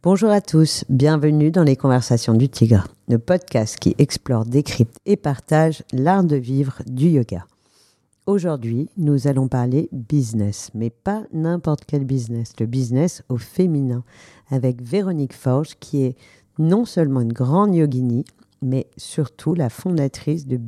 Bonjour à tous, bienvenue dans les Conversations du Tigre, le podcast qui explore, décrypte et partage l'art de vivre du yoga. Aujourd'hui, nous allons parler business, mais pas n'importe quel business, le business au féminin, avec Véronique Forge, qui est non seulement une grande yogini, mais surtout la fondatrice de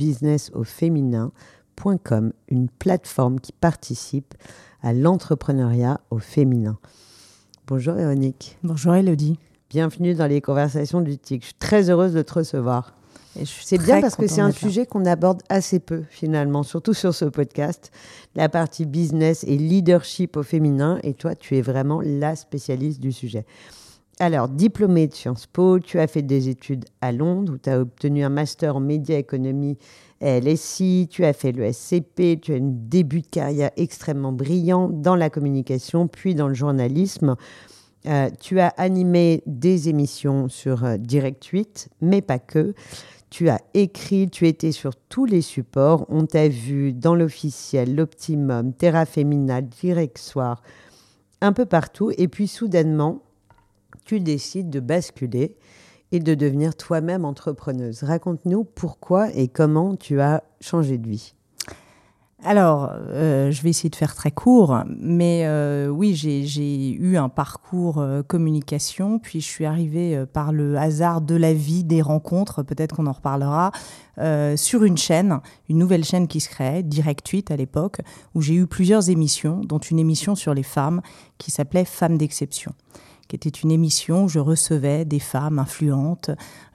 businessauféminin.com, une plateforme qui participe à l'entrepreneuriat au féminin. Bonjour Véronique. Bonjour Elodie. Bienvenue dans les Conversations du Tigre. Je suis très heureuse de te recevoir. C'est bien parce que c'est un sujet qu'on aborde assez peu finalement, surtout sur ce podcast, la partie business et leadership au féminin. Et toi, tu es vraiment la spécialiste du sujet. Alors, diplômée de Sciences Po, tu as fait des études à Londres où tu as obtenu un master en média économie et LSI, tu as fait le SCP, tu as un début de carrière extrêmement brillant dans la communication, puis dans le journalisme. Tu as animé des émissions sur Direct 8, mais pas que. Tu as écrit, tu étais sur tous les supports. On t'a vu dans l'Officiel, l'Optimum, Terra Femina, Direct Soir, un peu partout. Et puis soudainement, tu décides de basculer et de devenir toi-même entrepreneuse. Raconte-nous pourquoi et comment tu as changé de vie. Alors, je vais essayer de faire très court, mais oui, j'ai eu un parcours communication, puis je suis arrivée par le hasard de la vie, des rencontres, peut-être qu'on en reparlera, sur une nouvelle chaîne qui se créait, Direct 8 à l'époque, où j'ai eu plusieurs émissions, dont une émission sur les femmes qui s'appelait Femmes d'exception, qui était une émission où je recevais des femmes influentes,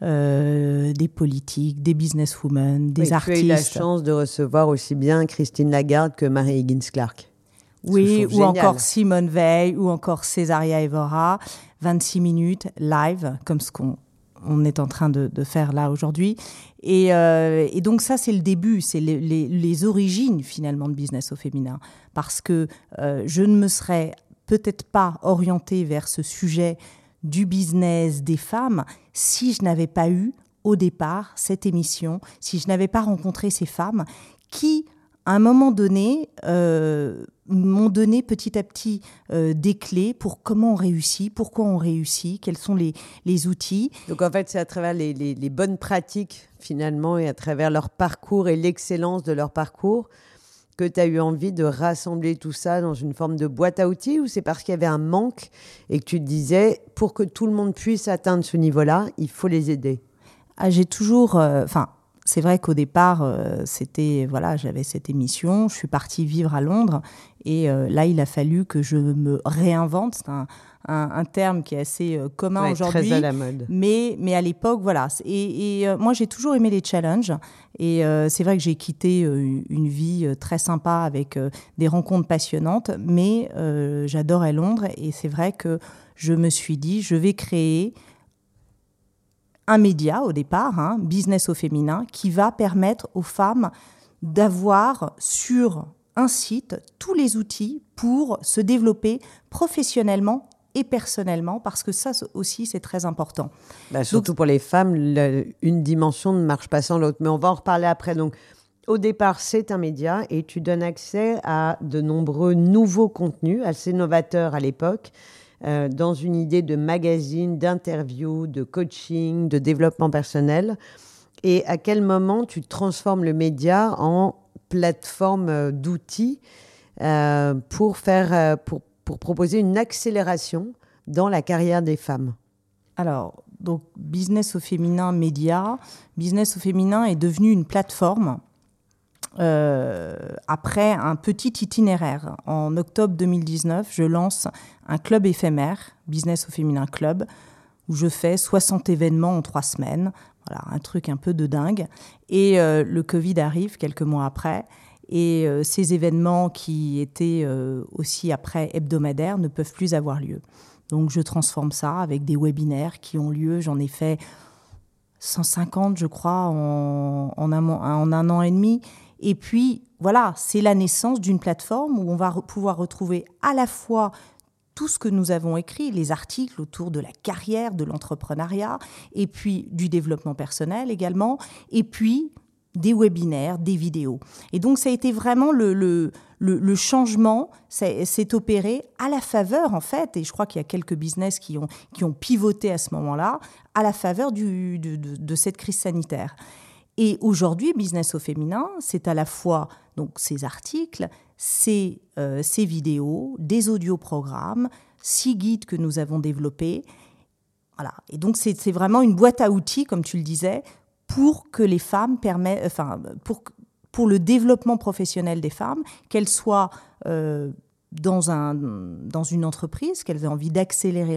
des politiques, des businesswomen, des artistes. Tu as eu la chance de recevoir aussi bien Christine Lagarde que Mary Higgins Clark. Oui, ou encore Simone Veil, ou encore Césaria Evora, 26 minutes live, comme ce qu'on est en train de faire là aujourd'hui. Et donc ça, c'est le début, c'est les origines finalement de business au féminin. Parce que je ne me serais peut-être pas orientée vers ce sujet du business des femmes si je n'avais pas eu au départ cette émission, si je n'avais pas rencontré ces femmes qui, à un moment donné, m'ont donné petit à petit des clés pour comment on réussit, pourquoi on réussit, quels sont les outils. Donc en fait, c'est à travers les bonnes pratiques finalement et à travers leur parcours et l'excellence de leur parcours que tu as eu envie de rassembler tout ça dans une forme de boîte à outils, ou c'est parce qu'il y avait un manque et que tu te disais, pour que tout le monde puisse atteindre ce niveau-là, il faut les aider? J'ai toujours... c'est vrai qu'au départ, j'avais cette émission, je suis partie vivre à Londres et là, il a fallu que je me réinvente. C'est un terme qui est assez commun aujourd'hui. Très à la mode. Mais à l'époque, voilà. Et moi, j'ai toujours aimé les challenges. Et c'est vrai que j'ai quitté une vie très sympa avec des rencontres passionnantes, mais j'adorais Londres. Et c'est vrai que je me suis dit, je vais créer un média au départ, business au féminin, qui va permettre aux femmes d'avoir sur un site tous les outils pour se développer professionnellement et personnellement, parce que ça aussi, c'est très important. Surtout pour les femmes, une dimension ne marche pas sans l'autre. Mais on va en reparler après. Donc, au départ, c'est un média et tu donnes accès à de nombreux nouveaux contenus, assez novateurs à l'époque, dans une idée de magazine, d'interview, de coaching, de développement personnel. Et à quel moment tu transformes le média en plateforme d'outils pour proposer une accélération dans la carrière des femmes? Alors, donc, Business au féminin média. Business au féminin est devenu une plateforme après un petit itinéraire. En octobre 2019, je lance un club éphémère, Business au féminin club, où je fais 60 événements en 3 semaines. Voilà, un truc un peu de dingue. Et le Covid arrive quelques mois après. Et ces événements qui étaient aussi après hebdomadaires ne peuvent plus avoir lieu. Donc je transforme ça avec des webinaires qui ont lieu. J'en ai fait 150, je crois, en un an et demi. Et puis, voilà, c'est la naissance d'une plateforme où on va pouvoir retrouver à la fois tout ce que nous avons écrit, les articles autour de la carrière, de l'entrepreneuriat, et puis du développement personnel également, et puis des webinaires, des vidéos. Et donc, ça a été vraiment le le changement s'est opéré à la faveur, en fait, et je crois qu'il y a quelques business qui ont pivoté à ce moment-là, à la faveur de cette crise sanitaire. Et aujourd'hui, Business au féminin, c'est à la fois donc, ces articles, ces vidéos, des audioprogrammes, 6 guides que nous avons développés. Voilà. Et donc, c'est vraiment une boîte à outils, comme tu le disais, pour que les femmes pour le développement professionnel des femmes, qu'elles soient dans une entreprise, qu'elles aient envie d'accélérer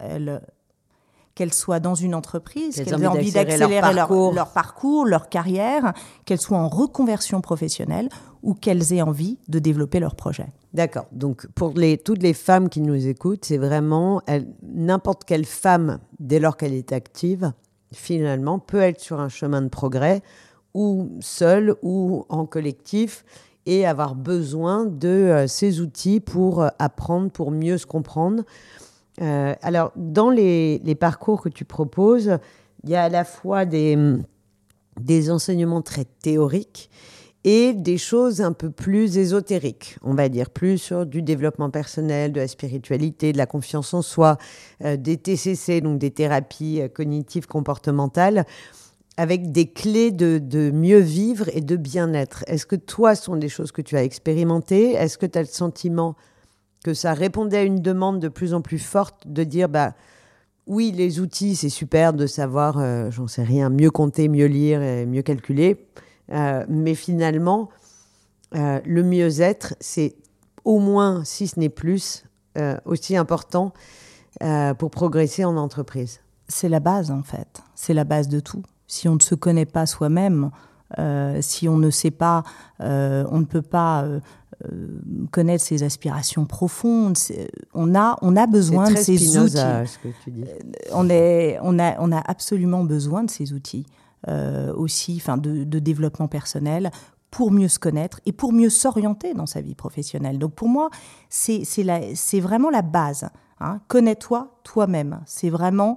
qu'elles soient dans une entreprise, qu'elles aient envie d'accélérer leur parcours, leur carrière, qu'elles soient en reconversion professionnelle ou qu'elles aient envie de développer leur projet. D'accord. Donc, pour toutes les femmes qui nous écoutent, c'est vraiment n'importe quelle femme, dès lors qu'elle est active, finalement, peut être sur un chemin de progrès, ou seule ou en collectif, et avoir besoin de ces outils pour apprendre, pour mieux se comprendre. Alors, dans les parcours que tu proposes, il y a à la fois des enseignements très théoriques et des choses un peu plus ésotériques, on va dire, plus sur du développement personnel, de la spiritualité, de la confiance en soi, des TCC, donc des thérapies cognitives comportementales, avec des clés de mieux vivre et de bien-être. Est-ce que toi, ce sont des choses que tu as expérimentées ? Est-ce que tu as le sentiment que ça répondait à une demande de plus en plus forte de dire, oui, les outils, c'est super de savoir, j'en sais rien, mieux compter, mieux lire et mieux calculer, mais finalement, le mieux-être, c'est au moins, si ce n'est plus, aussi important pour progresser en entreprise. C'est la base, en fait. C'est la base de tout. Si on ne se connaît pas soi-même, si on ne sait pas, on ne peut pas connaître ses aspirations profondes. On a besoin de ces outils. Ce que tu dis. On a absolument besoin de ces outils aussi, de développement personnel, pour mieux se connaître et pour mieux s'orienter dans sa vie professionnelle. Donc pour moi, c'est vraiment la base. Hein. Connais-toi toi-même. C'est vraiment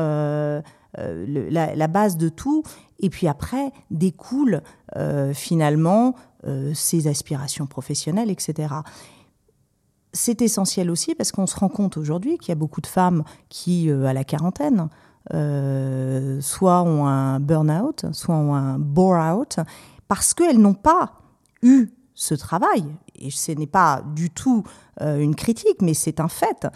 la base de tout. Et puis après, découle finalement ses aspirations professionnelles, etc. C'est essentiel aussi parce qu'on se rend compte aujourd'hui qu'il y a beaucoup de femmes qui, à la quarantaine, soit ont un burn-out, soit ont un bore-out, parce qu'elles n'ont pas eu ce travail. Et ce n'est pas du tout une critique, mais c'est un fait.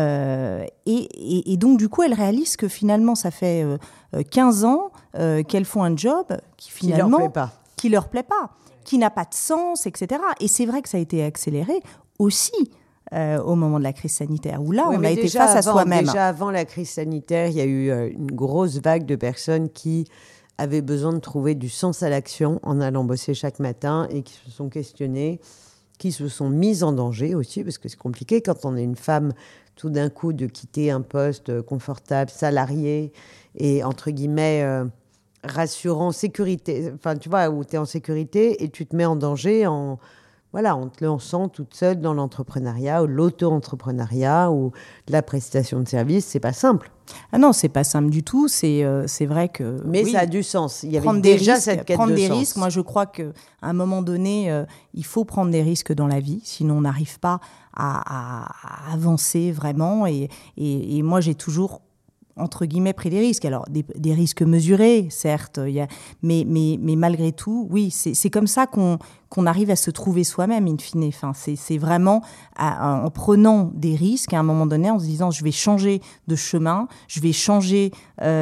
Et donc, du coup, elles réalisent que finalement, ça fait 15 ans qu'elles font un job qui finalement... Qui leur plaît pas, qui n'a pas de sens, etc. Et c'est vrai que ça a été accéléré aussi au moment de la crise sanitaire, où là, on a été face à soi-même. Déjà avant la crise sanitaire, il y a eu une grosse vague de personnes qui avaient besoin de trouver du sens à l'action en allant bosser chaque matin et qui se sont questionnées, qui se sont mises en danger aussi, parce que c'est compliqué quand on est une femme, tout d'un coup, de quitter un poste confortable, salarié et, entre guillemets... rassurant, sécurité, enfin tu vois, où tu es en sécurité et tu te mets en danger en te lançant toute seule dans l'entrepreneuriat ou l'auto-entrepreneuriat ou la prestation de services, c'est pas simple. Ah non, c'est pas simple du tout, c'est vrai que... Mais oui, ça a du sens, il y avait déjà cette quête de sens. Prendre des risques, moi je crois qu'à un moment donné, il faut prendre des risques dans la vie, sinon on n'arrive pas à avancer vraiment et moi j'ai toujours... entre guillemets, pris des risques. Alors, des risques mesurés, certes, mais malgré tout, oui, c'est comme ça qu'on arrive à se trouver soi-même, in fine. Enfin, c'est vraiment en prenant des risques, à un moment donné, en se disant, je vais changer de chemin, je vais changer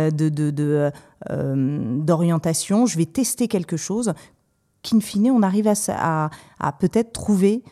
d'orientation, je vais tester quelque chose, qu'in fine, on arrive à peut-être trouver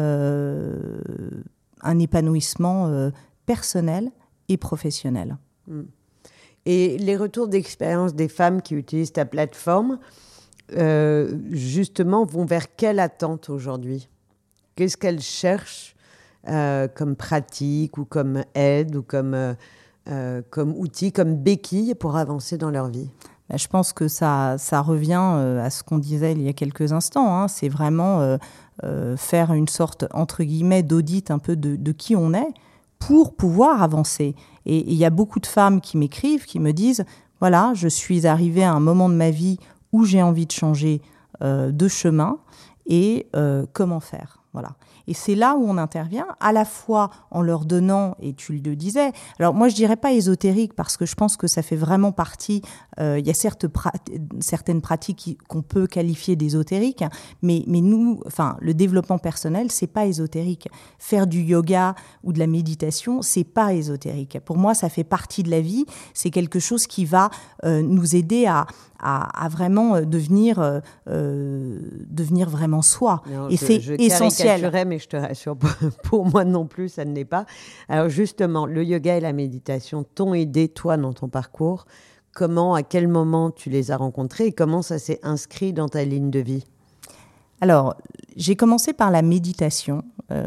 un épanouissement personnel et professionnel. Et les retours d'expérience des femmes qui utilisent ta plateforme, justement, vont vers quelle attente aujourd'hui ? Qu'est-ce qu'elles cherchent comme pratique ou comme aide ou comme outil, comme béquille pour avancer dans leur vie ? Je pense que ça revient à ce qu'on disait il y a quelques instants. Hein. C'est vraiment faire une sorte, entre guillemets, d'audit un peu de qui on est pour pouvoir avancer. Et il y a beaucoup de femmes qui m'écrivent, qui me disent, voilà, je suis arrivée à un moment de ma vie où j'ai envie de changer de chemin et comment faire ? Voilà. Et c'est là où on intervient, à la fois en leur donnant, et tu le disais, alors moi je dirais pas ésotérique parce que je pense que ça fait vraiment partie, il y a certaines pratiques qu'on peut qualifier d'ésotériques, mais nous, enfin le développement personnel, c'est pas ésotérique. Faire du yoga ou de la méditation, c'est pas ésotérique. Pour moi, ça fait partie de la vie, c'est quelque chose qui va nous aider à vraiment devenir vraiment soi. Non, et c'est essentiel. Mais je te rassure, pour moi non plus, ça ne l'est pas. Alors justement, le yoga et la méditation t'ont aidé, toi, dans ton parcours. Comment, à quel moment tu les as rencontrés et comment ça s'est inscrit dans ta ligne de vie? Alors, j'ai commencé par la méditation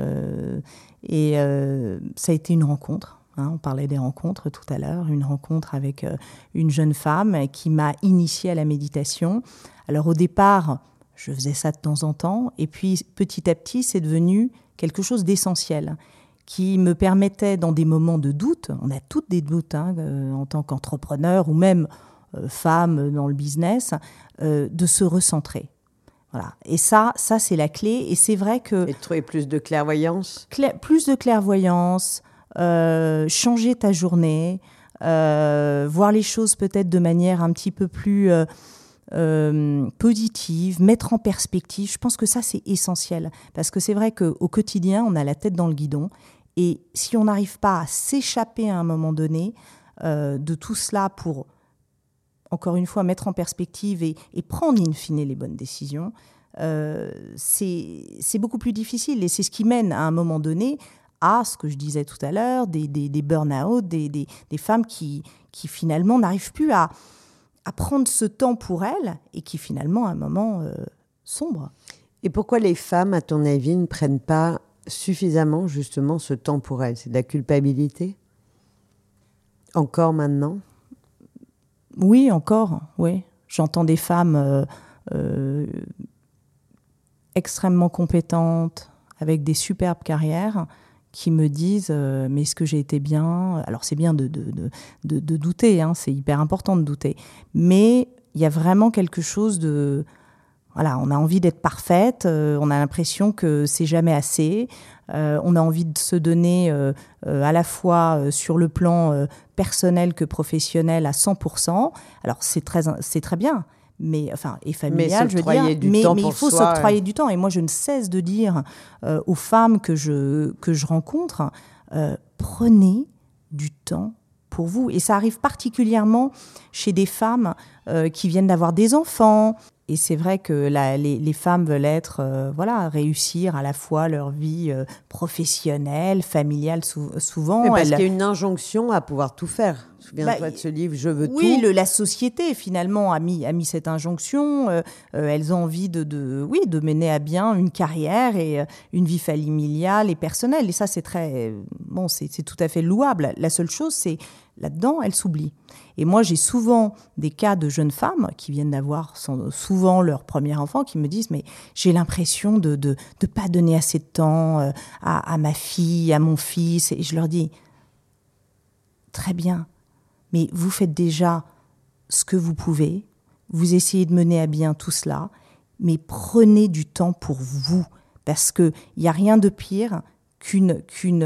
et ça a été une rencontre. On parlait des rencontres tout à l'heure, une rencontre avec une jeune femme qui m'a initiée à la méditation. Alors au départ, je faisais ça de temps en temps, et puis petit à petit, c'est devenu quelque chose d'essentiel, qui me permettait, dans des moments de doute, on a toutes des doutes en tant qu'entrepreneur ou même femme dans le business, de se recentrer. Voilà. Et ça c'est la clé, et c'est vrai que... Et de trouver plus de clairvoyance. Plus de clairvoyance, changer ta journée, voir les choses peut-être de manière un petit peu plus positive, mettre en perspective. Je pense que ça, c'est essentiel. Parce que c'est vrai qu'au quotidien, on a la tête dans le guidon. Et si on n'arrive pas à s'échapper à un moment donné de tout cela pour, encore une fois, mettre en perspective et prendre in fine les bonnes décisions, c'est beaucoup plus difficile. Et c'est ce qui mène à un moment donné à ce que je disais tout à l'heure, des burn-out, des femmes qui finalement n'arrivent plus à prendre ce temps pour elles et qui finalement, à un moment, sombrent. Et pourquoi les femmes, à ton avis, ne prennent pas suffisamment justement ce temps pour elles? C'est de la culpabilité? Encore maintenant? Oui, encore, oui. J'entends des femmes extrêmement compétentes, avec des superbes carrières, qui me disent mais est-ce que j'ai été bien? Alors c'est bien de douter, c'est hyper important de douter, mais il y a vraiment quelque chose de... Voilà, on a envie d'être parfaite, on a l'impression que c'est jamais assez, on a envie de se donner à la fois sur le plan personnel que professionnel à 100%. Alors c'est très bien, mais enfin, et familial, je veux dire, mais il faut s'octroyer du temps. Et moi, je ne cesse de dire aux femmes que je rencontre, prenez du temps pour vous. Et ça arrive particulièrement chez des femmes qui viennent d'avoir des enfants. Et c'est vrai que les femmes veulent réussir à la fois leur vie professionnelle, familiale, souvent. Mais parce qu'il y a une injonction à pouvoir tout faire. Souviens-toi de ce livre, Je veux tout. Oui, la société, finalement, a mis cette injonction. Elles ont envie de mener à bien une carrière et une vie familiale et personnelle. Et ça, c'est tout à fait louable. La seule chose, c'est là-dedans, elles s'oublient. Et moi, j'ai souvent des cas de jeunes femmes qui viennent d'avoir souvent leur premier enfant qui me disent « mais j'ai l'impression de pas donner assez de temps à ma fille, à mon fils ». Et je leur dis « très bien, mais vous faites déjà ce que vous pouvez, vous essayez de mener à bien tout cela, mais prenez du temps pour vous, parce qu'il n'y a rien de pire qu'une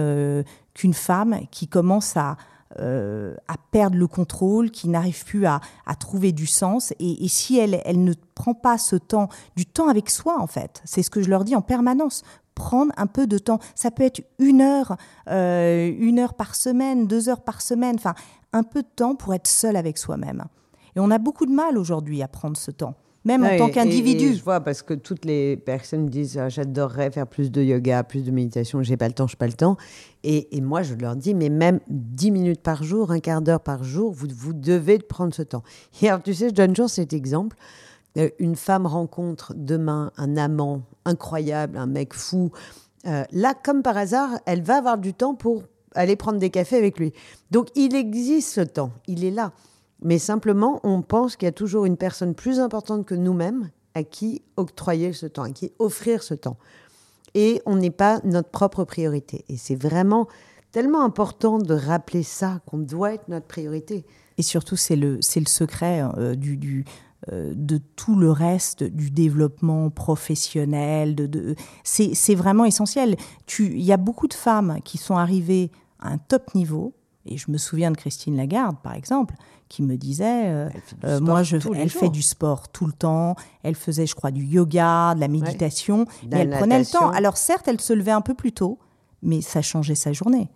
femme qui commence à perdre le contrôle, qui n'arrive plus à trouver du sens. Et si elle ne prend pas du temps avec soi, en fait, c'est ce que je leur dis en permanence, prendre un peu de temps. Ça peut être 1 heure par semaine, 2 heures par semaine, enfin, un peu de temps pour être seule avec soi-même. Et on a beaucoup de mal aujourd'hui à prendre ce temps, même en tant qu'individu. Et je vois, parce que toutes les personnes disent j'adorerais faire plus de yoga, plus de méditation, j'ai pas le temps. Et moi, je leur dis, mais même 10 minutes par jour, un quart d'heure par jour, vous devez prendre ce temps. Et alors, tu sais, je donne toujours cet exemple. Une femme rencontre demain un amant incroyable, un mec fou. Là, comme par hasard, elle va avoir du temps pour aller prendre des cafés avec lui. Donc, il existe ce temps, il est là. Mais simplement, on pense qu'il y a toujours une personne plus importante que nous-mêmes à qui octroyer ce temps, à qui offrir ce temps. Et on n'est pas notre propre priorité. Et c'est vraiment tellement important de rappeler ça, qu'on doit être notre priorité. Et surtout, c'est le secret de tout le reste du développement professionnel. C'est vraiment essentiel. Il y a beaucoup de femmes qui sont arrivées à un top niveau, et je me souviens de Christine Lagarde, par exemple, qui me disait, elle fait du sport tout le temps, elle faisait, je crois, du yoga, de la méditation, mais elle prenait le temps. Alors certes, elle se levait un peu plus tôt, mais ça changeait sa journée.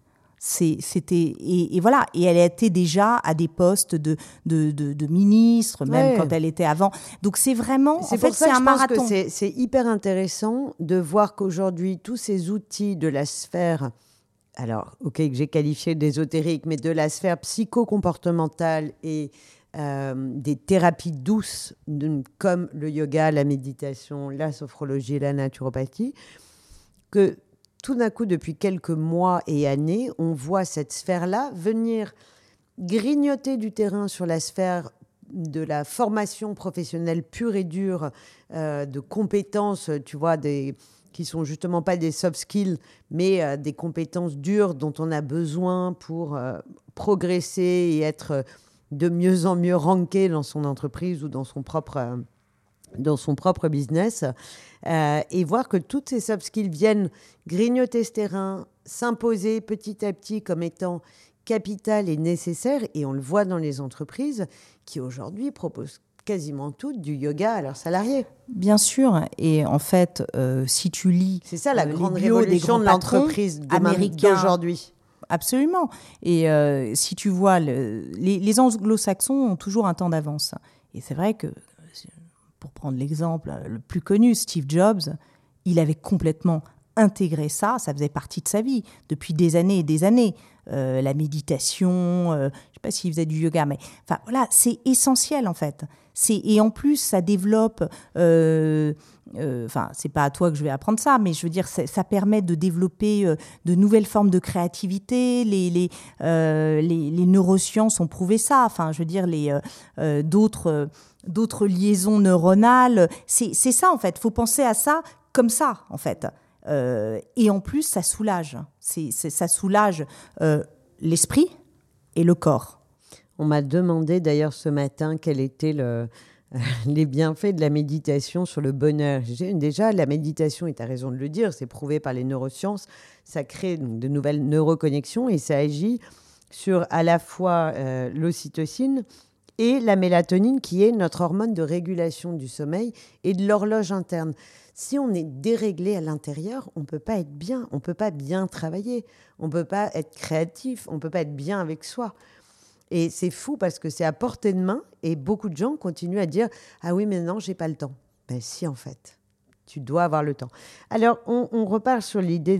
Et voilà, et elle était déjà à des postes de ministre, même quand elle était avant. Donc c'est vraiment, c'est un marathon. Je pense que c'est hyper intéressant de voir qu'aujourd'hui, tous ces outils de la sphère, alors, que j'ai qualifié d'ésotérique, mais de la sphère psycho-comportementale et des thérapies douces, comme le yoga, la méditation, la sophrologie, la naturopathie, que tout d'un coup, depuis quelques mois et années, on voit cette sphère-là venir grignoter du terrain sur la sphère de la formation professionnelle pure et dure, de compétences, tu vois, qui sont justement pas des soft skills, mais des compétences dures dont on a besoin pour progresser et être de mieux en mieux ranké dans son entreprise ou dans son propre business, et voir que toutes ces soft skills viennent grignoter ce terrain, s'imposer petit à petit comme étant capital et nécessaire, et on le voit dans les entreprises qui aujourd'hui proposent quasiment toutes du yoga à leurs salariés. Bien sûr, et en fait, si tu lis... C'est ça la grande révolution de l'entreprise d'aujourd'hui. Absolument. Et si tu vois, les anglo-saxons ont toujours un temps d'avance. Et c'est vrai que, pour prendre l'exemple le plus connu, Steve Jobs, il avait complètement intégré ça faisait partie de sa vie depuis des années et des années. La méditation, je ne sais pas s'il faisait du yoga, mais enfin, voilà, c'est essentiel en fait. Et en plus, ça développe... c'est pas à toi que je vais apprendre ça, mais je veux dire, ça permet de développer de nouvelles formes de créativité. Les neurosciences ont prouvé ça. Enfin, je veux dire, d'autres liaisons neuronales. C'est ça, en fait. Il faut penser à ça comme ça, en fait. Et en plus, ça soulage. Ça soulage l'esprit et le corps. On m'a demandé d'ailleurs ce matin quels étaient les bienfaits de la méditation sur le bonheur. Déjà, la méditation, et tu as raison de le dire, c'est prouvé par les neurosciences, ça crée donc de nouvelles neuroconnexions et ça agit sur à la fois l'ocytocine et la mélatonine, qui est notre hormone de régulation du sommeil et de l'horloge interne. Si on est déréglé à l'intérieur, on ne peut pas être bien, on ne peut pas bien travailler, on ne peut pas être créatif, on ne peut pas être bien avec soi. Et c'est fou parce que c'est à portée de main et beaucoup de gens continuent à dire « Ah oui, mais non, j'ai pas le temps ». Ben si, en fait, tu dois avoir le temps. Alors, on repart sur l'idée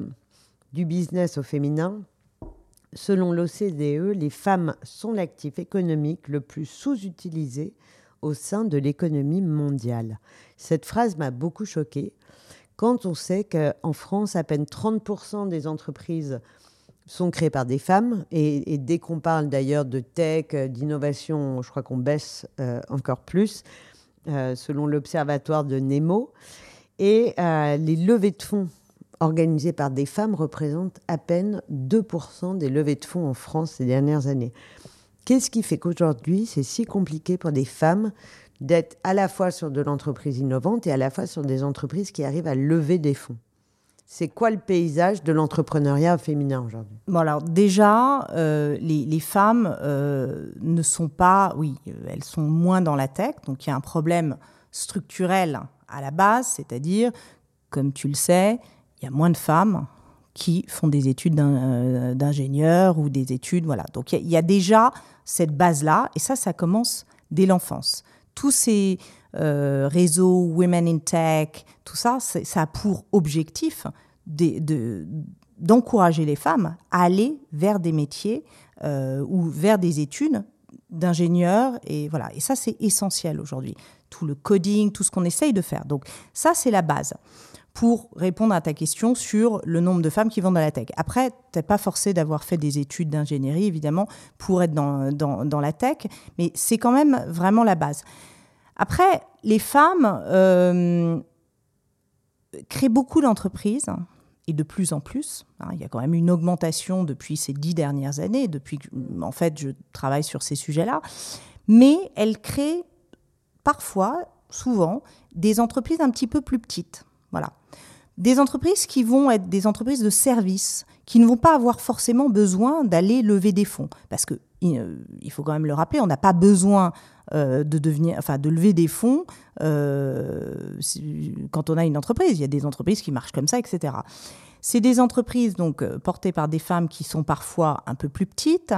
du business au féminin. Selon l'OCDE, les femmes sont l'actif économique le plus sous-utilisé au sein de l'économie mondiale. Cette phrase m'a beaucoup choquée quand on sait qu'en France, à peine 30% des entreprises sont créées par des femmes. Et dès qu'on parle d'ailleurs de tech, d'innovation, je crois qu'on baisse encore plus, selon l'observatoire de Nemo. Et les levées de fonds organisées par des femmes représentent à peine 2% des levées de fonds en France ces dernières années. Qu'est-ce qui fait qu'aujourd'hui, c'est si compliqué pour des femmes d'être à la fois sur de l'entreprise innovante et à la fois sur des entreprises qui arrivent à lever des fonds? C'est quoi le paysage de l'entrepreneuriat féminin aujourd'hui? Bon, alors déjà, les femmes ne sont pas... Oui, elles sont moins dans la tech, donc il y a un problème structurel à la base, c'est-à-dire, comme tu le sais, il y a moins de femmes qui font des études d'ingénieur ou des études... Voilà. Donc il y a déjà cette base-là, et ça commence dès l'enfance. Tous ces réseaux Women in Tech, tout ça, ça a pour objectif d'encourager les femmes à aller vers des métiers ou vers des études d'ingénieurs. Et voilà. Et ça, c'est essentiel aujourd'hui. Tout le coding, tout ce qu'on essaye de faire. Donc ça, c'est la base pour répondre à ta question sur le nombre de femmes qui vont dans la tech. Après, tu n'es pas forcé d'avoir fait des études d'ingénierie, évidemment, pour être dans la tech, mais c'est quand même vraiment la base. Après, les femmes créent beaucoup d'entreprises, et de plus en plus. Il y a quand même une augmentation depuis ces 10 dernières années, depuis que, en fait, je travaille sur ces sujets-là. Mais elles créent parfois, souvent, des entreprises un petit peu plus petites. Voilà. Des entreprises qui vont être des entreprises de services, qui ne vont pas avoir forcément besoin d'aller lever des fonds. Parce que, il faut quand même le rappeler, on n'a pas besoin de lever des fonds quand on a une entreprise. Il y a des entreprises qui marchent comme ça, etc. C'est des entreprises donc portées par des femmes qui sont parfois un peu plus petites.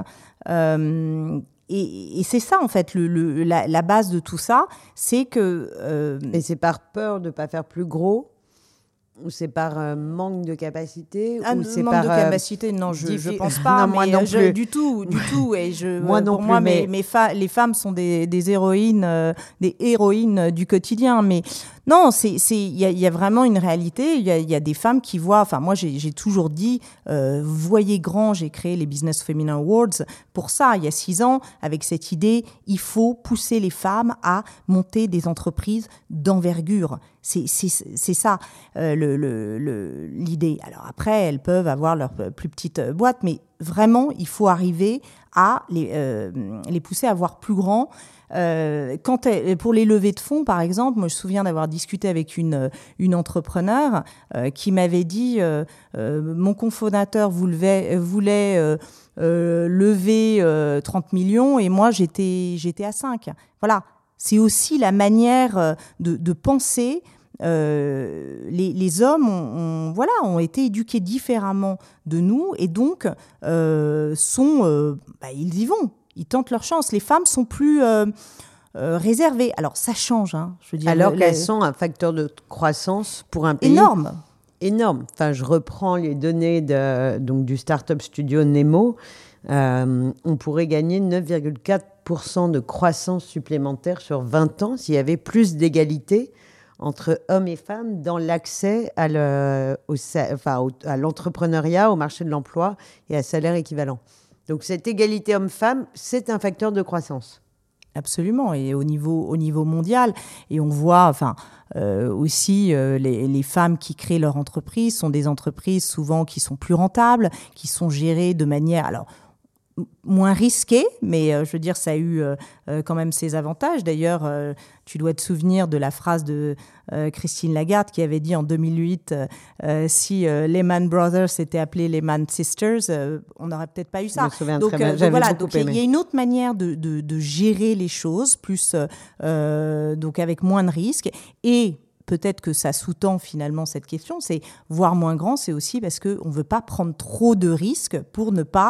Et c'est ça, en fait, la base de tout ça, c'est que... Et c'est par peur de ne pas faire plus gros ? Ou c'est par manque de capacité ou c'est manque par, de capacité, non, je pense pas. Non, moi non plus. Du tout. Et moi non pour plus, moi, mais... les femmes sont des héroïnes, du quotidien. Mais non, il y a vraiment une réalité. Il y a des femmes qui voient. Enfin, moi, j'ai toujours dit, voyez grand. J'ai créé les Business Feminine Awards pour ça. Il y a 6 ans, avec cette idée, il faut pousser les femmes à monter des entreprises d'envergure. C'est ça l'idée. Alors après, elles peuvent avoir leur plus petite boîte, mais vraiment, il faut arriver à les pousser à voir plus grand. Pour les levées de fonds, par exemple, moi je me souviens d'avoir discuté avec une entrepreneur qui m'avait dit mon cofondateur voulait lever 30 millions et moi j'étais à 5. Voilà, c'est aussi la manière de penser. Les hommes ont été éduqués différemment de nous et donc ils y vont, ils tentent leur chance. Les femmes sont plus réservées. Alors ça change, hein, je veux dire. Alors qu'elles sont un facteur de croissance pour un pays énorme. Enfin, je reprends les données du Startup Studio Nemo. On pourrait gagner 9,4% de croissance supplémentaire sur 20 ans s'il y avait plus d'égalité entre hommes et femmes dans l'accès à l'entrepreneuriat, au marché de l'emploi et à salaire équivalent. Donc cette égalité homme-femme, c'est un facteur de croissance. Absolument, et au niveau mondial. Et on voit aussi les femmes qui créent leur entreprise sont des entreprises souvent qui sont plus rentables, qui sont gérées de manière... Alors, moins risqué, mais je veux dire, ça a eu quand même ses avantages. D'ailleurs, tu dois te souvenir de la phrase de Christine Lagarde qui avait dit en 2008 si Lehman Brothers s'était appelé Lehman Sisters, on n'aurait peut-être pas eu ça. Je me souviens très bien. J'avais beaucoup aimé. Il y a une autre manière de gérer les choses, plus donc avec moins de risques. Et peut-être que ça sous-tend finalement cette question, c'est voir moins grand, c'est aussi parce qu'on ne veut pas prendre trop de risques pour ne pas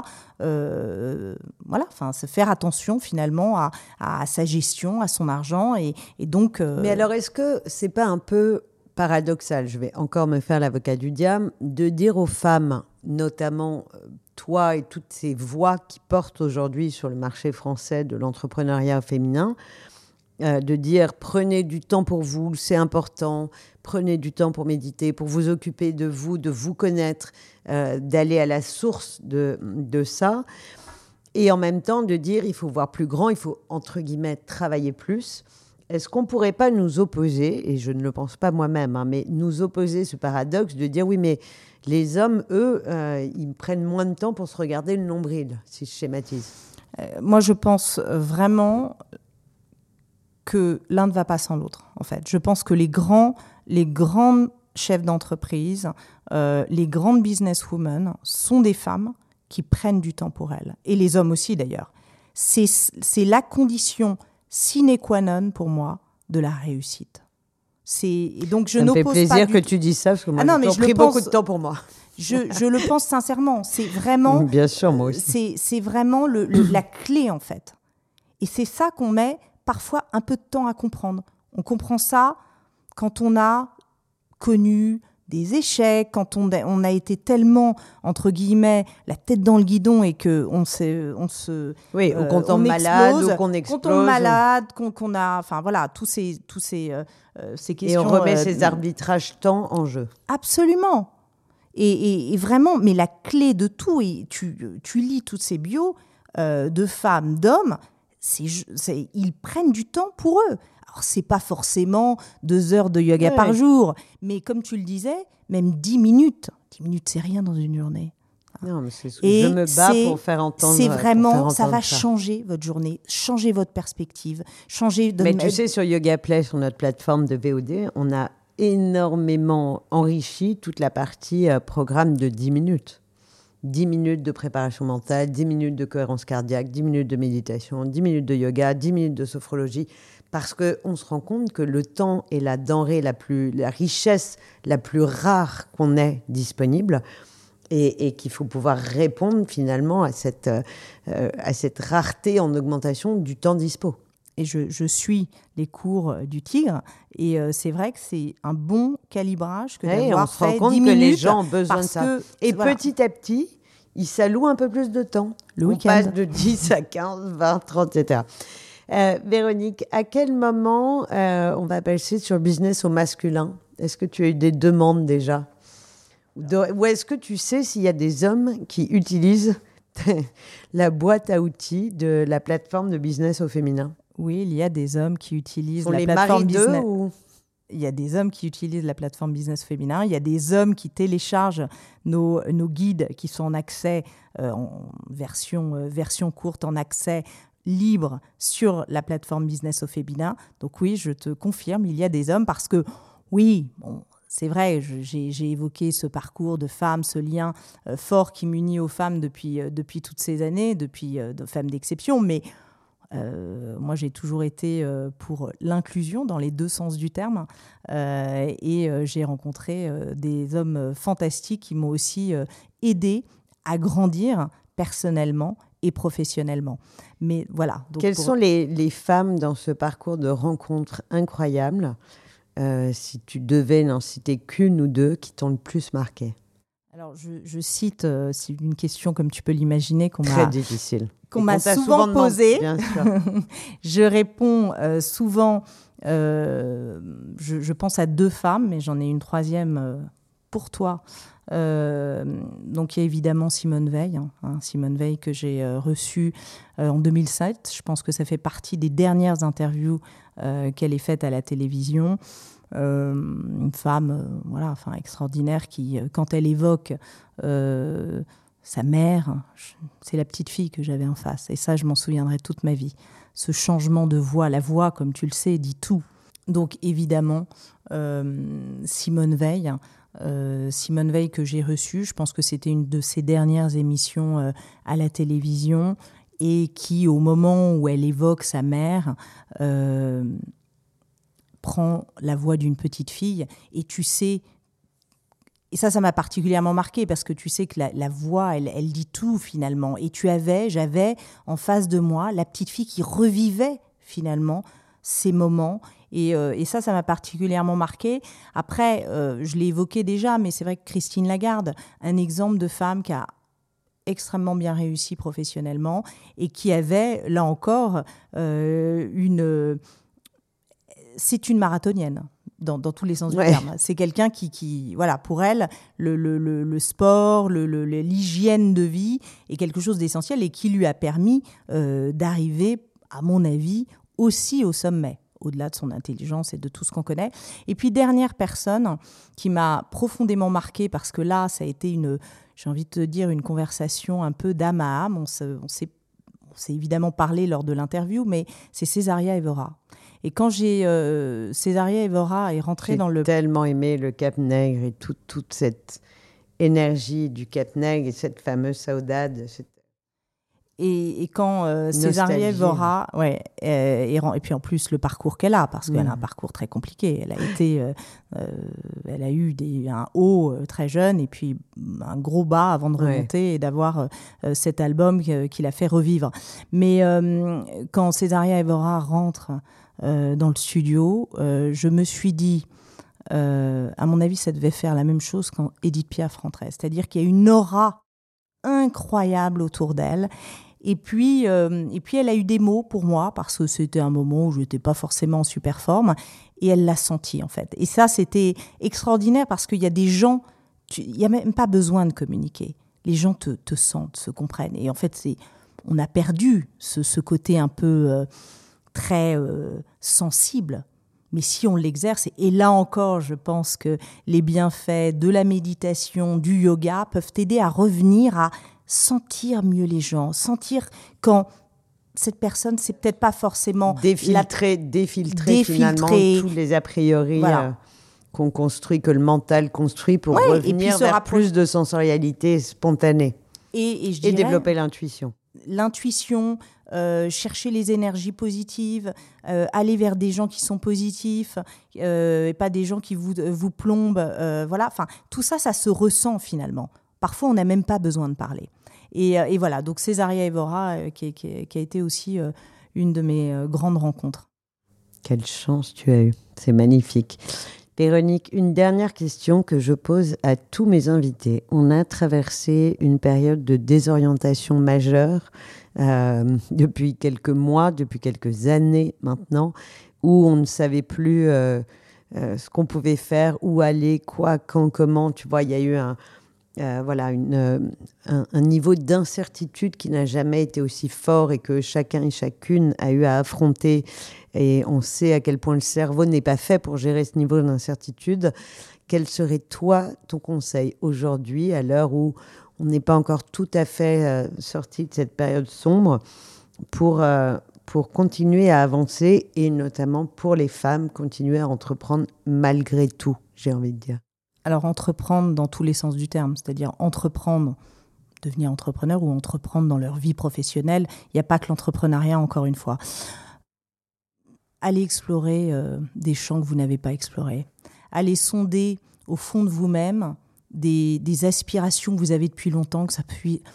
se faire attention finalement à sa gestion, à son argent. Et donc, Mais alors, est-ce que ce n'est pas un peu paradoxal, je vais encore me faire l'avocat du diable, de dire aux femmes, notamment toi et toutes ces voix qui portent aujourd'hui sur le marché français de l'entrepreneuriat féminin, de dire prenez du temps pour vous, c'est important, prenez du temps pour méditer, pour vous occuper de vous connaître, d'aller à la source de ça, et en même temps de dire il faut voir plus grand, il faut entre guillemets travailler plus. Est-ce qu'on ne pourrait pas nous opposer, et je ne le pense pas moi-même, mais nous opposer ce paradoxe de dire oui mais les hommes, eux, ils prennent moins de temps pour se regarder le nombril, si je schématise. Moi je pense vraiment que l'un ne va pas sans l'autre, en fait. Je pense que les grands chefs d'entreprise, les grandes businesswomen sont des femmes qui prennent du temps pour elles. Et les hommes aussi, d'ailleurs. C'est la condition sine qua non, pour moi, de la réussite. Et donc, je n'oppose pas... Ça me fait plaisir que tu dises ça, parce que moi, j'ai pris beaucoup de temps pour moi. Je le pense sincèrement. C'est vraiment... Bien sûr, moi aussi. C'est vraiment la clé, en fait. Et c'est ça qu'on met parfois un peu de temps à comprendre. On comprend ça quand on a connu des échecs, quand on a été tellement, entre guillemets, la tête dans le guidon et qu'on se... Oui, ou qu'on tombe malade, ou qu'on explose. Qu'on tombe malade, qu'on a... Enfin, voilà, tous ces questions... Et on remet ces arbitrages temps en jeu. Absolument. Et vraiment, mais la clé de tout, et tu lis toutes ces bios de femmes, d'hommes, ils prennent du temps pour eux. Alors, c'est pas forcément 2 heures de yoga par jour, mais comme tu le disais, même 10 minutes. 10 minutes, c'est rien dans une journée. Non, mais je me bats pour faire entendre. C'est vraiment, ça va changer votre journée, changer votre perspective, changer. Mais tu sais, sur Yoga Play, sur notre plateforme de VOD, on a énormément enrichi toute la partie programme de 10 minutes. 10 minutes de préparation mentale, 10 minutes de cohérence cardiaque, 10 minutes de méditation, 10 minutes de yoga, 10 minutes de sophrologie. Parce qu'on se rend compte que le temps est la denrée la richesse la plus rare qu'on ait disponible. Et qu'il faut pouvoir répondre finalement à cette rareté en augmentation du temps dispo. Et je suis les cours du Tigre, et c'est vrai que c'est un bon calibrage que d'avoir fait 10 minutes. On se rend compte que les gens ont besoin de ça. Et petit à petit, ils s'allouent un peu plus de temps. On passe de 10 à 15, 20, 30, etc. Véronique, à quel moment on va passer sur le business au masculin ? Est-ce que tu as eu des demandes déjà ? Ou est-ce que tu sais s'il y a des hommes qui utilisent la boîte à outils de la plateforme de business au féminin ? Oui, il y a des hommes qui utilisent la plateforme business. Il y a des hommes qui utilisent la plateforme business féminin. Il y a des hommes qui téléchargent nos guides qui sont en accès, en version courte, en accès libre sur la plateforme business au féminin. Donc oui, je te confirme, il y a des hommes parce que, oui, c'est vrai, j'ai évoqué ce parcours de femmes, ce lien fort qui m'unit aux femmes depuis toutes ces années, depuis de femmes d'exception. Mais moi, j'ai toujours été pour l'inclusion dans les deux sens du terme. Et j'ai rencontré des hommes fantastiques qui m'ont aussi aidé à grandir personnellement et professionnellement. Mais voilà. Donc quelles sont les femmes dans ce parcours de rencontres incroyables si tu devais n'en citer qu'une ou deux qui t'ont le plus marqué? Alors, je cite, c'est une question, comme tu peux l'imaginer, très difficile. Qu'on m'a souvent posée. Bien sûr. Je réponds souvent, je pense à deux femmes, mais j'en ai une troisième pour toi. Donc, il y a évidemment Simone Veil. Simone Veil que j'ai reçue en 2007. Je pense que ça fait partie des dernières interviews qu'elle ait faites à la télévision. Une femme extraordinaire qui, quand elle évoque sa mère, c'est la petite fille que j'avais en face. Et ça, je m'en souviendrai toute ma vie. Ce changement de voix, la voix, comme tu le sais, dit tout. Donc, évidemment, Simone Veil. Simone Veil que j'ai reçue, je pense que c'était une de ses dernières émissions à la télévision et qui, au moment où elle évoque sa mère, prend la voix d'une petite fille et tu sais, et ça m'a particulièrement marqué parce que tu sais que la voix, elle dit tout finalement. Et j'avais en face de moi la petite fille qui revivait finalement ces moments. Et ça m'a particulièrement marqué. Après, je l'ai évoqué déjà, mais c'est vrai que Christine Lagarde, un exemple de femme qui a extrêmement bien réussi professionnellement et qui avait, là encore, c'est une marathonienne, dans tous les sens du terme. C'est quelqu'un qui voilà, pour elle, le sport, l'hygiène de vie est quelque chose d'essentiel et qui lui a permis d'arriver, à mon avis, aussi au sommet, au-delà de son intelligence et de tout ce qu'on connaît. Et puis, dernière personne qui m'a profondément marquée, parce que là, ça a été j'ai envie de te dire, une conversation un peu d'âme à âme. On s'est évidemment parlé lors de l'interview, mais c'est Césaria Evora. Et quand Césaria Evora est rentrée dans le... J'ai tellement aimé le Cap Nègre et toute cette énergie du Cap Nègre et cette fameuse saudade. Et quand Césaria Evora, et puis en plus le parcours qu'elle a, parce qu'elle a un parcours très compliqué. Elle a été, elle a eu un haut très jeune et puis un gros bas avant de remonter et d'avoir cet album qui l'a fait revivre. Mais quand Césaria Evora rentre dans le studio, je me suis dit, à mon avis, ça devait faire la même chose quand Édith Piaf rentrait. C'est-à-dire qu'il y a une aura incroyable autour d'elle. Et puis, elle a eu des mots pour moi, parce que c'était un moment où je n'étais pas forcément en super forme, et elle l'a senti, en fait. Et ça, c'était extraordinaire, parce qu'il y a des gens, il n'y a même pas besoin de communiquer. Les gens te sentent, se comprennent. Et en fait, on a perdu ce côté un peu très sensible Mais si on l'exerce, et là encore, je pense que les bienfaits de la méditation, du yoga peuvent t'aider à revenir à sentir mieux les gens, sentir quand cette personne, c'est peut-être pas forcément... Défiltrer finalement tous les a priori qu'on construit, que le mental construit pour revenir vers plus de sensorialité spontanée et développer l'intuition. L'intuition, chercher les énergies positives, aller vers des gens qui sont positifs et pas des gens qui vous plombent. Voilà. Enfin, tout ça, ça se ressent finalement. Parfois, on n'a même pas besoin de parler. Et voilà, donc Césaria Évora, qui a été aussi une de mes grandes rencontres. Quelle chance tu as eue, c'est magnifique. Véronique, une dernière question que je pose à tous mes invités. On a traversé une période de désorientation majeure depuis quelques mois, depuis quelques années maintenant, où on ne savait plus ce qu'on pouvait faire, où aller, quoi, quand, comment. Tu vois, il y a eu un niveau d'incertitude qui n'a jamais été aussi fort et que chacun et chacune a eu à affronter. Et on sait à quel point le cerveau n'est pas fait pour gérer ce niveau d'incertitude. Quel serait, toi, ton conseil aujourd'hui, à l'heure où on n'est pas encore tout à fait sorti de cette période sombre, pour continuer à avancer et notamment pour les femmes, continuer à entreprendre malgré tout, j'ai envie de dire? Alors, entreprendre dans tous les sens du terme, c'est-à-dire entreprendre, devenir entrepreneur ou entreprendre dans leur vie professionnelle. Il n'y a pas que l'entrepreneuriat, encore une fois. Allez explorer des champs que vous n'avez pas explorés. Allez sonder au fond de vous-même des aspirations que vous avez depuis longtemps, que ça peut être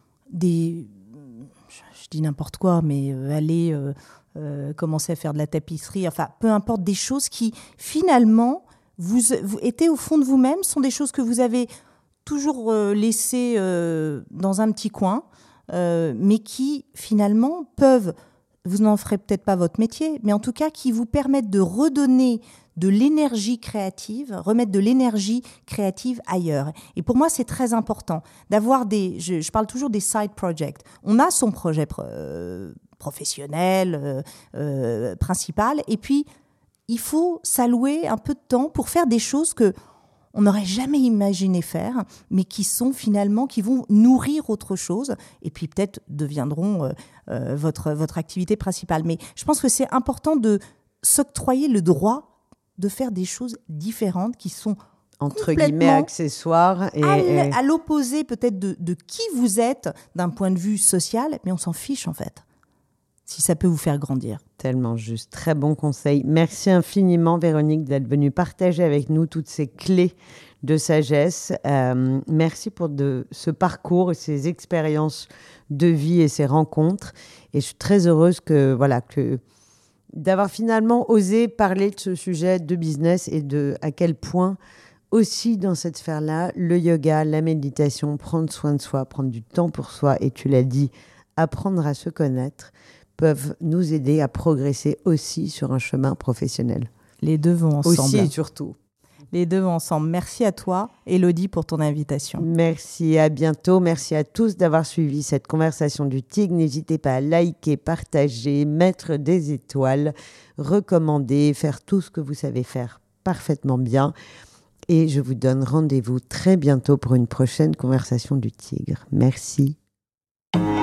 je dis n'importe quoi, mais allez commencer à faire de la tapisserie, enfin, peu importe, des choses qui, finalement, vous étaient au fond de vous-même, sont des choses que vous avez toujours laissées dans un petit coin, mais qui, finalement, peuvent... Vous n'en ferez peut-être pas votre métier, mais en tout cas qui vous permettent de redonner de l'énergie créative, remettre de l'énergie créative ailleurs. Et pour moi, c'est très important d'avoir je parle toujours des side projects. On a son projet professionnel, principal, et puis il faut s'allouer un peu de temps pour faire des choses que on n'aurait jamais imaginé faire, mais qui sont finalement, qui vont nourrir autre chose, et puis peut-être deviendront votre activité principale. Mais je pense que c'est important de s'octroyer le droit de faire des choses différentes qui sont entre guillemets accessoires. À l'opposé peut-être de qui vous êtes d'un point de vue social, mais on s'en fiche en fait, si ça peut vous faire grandir. Tellement juste, très bon conseil. Merci infiniment Véronique d'être venue partager avec nous toutes ces clés de sagesse. Merci pour ce parcours, ces expériences de vie et ces rencontres. Et je suis très heureuse d'avoir finalement osé parler de ce sujet de business et à quel point aussi dans cette sphère-là, le yoga, la méditation, prendre soin de soi, prendre du temps pour soi, et tu l'as dit, apprendre à se connaître, peuvent nous aider à progresser aussi sur un chemin professionnel. Les deux vont ensemble. Aussi et surtout. Les deux vont ensemble. Merci à toi, Élodie, pour ton invitation. Merci, à bientôt. Merci à tous d'avoir suivi cette conversation du Tigre. N'hésitez pas à liker, partager, mettre des étoiles, recommander, faire tout ce que vous savez faire parfaitement bien. Et je vous donne rendez-vous très bientôt pour une prochaine conversation du Tigre. Merci.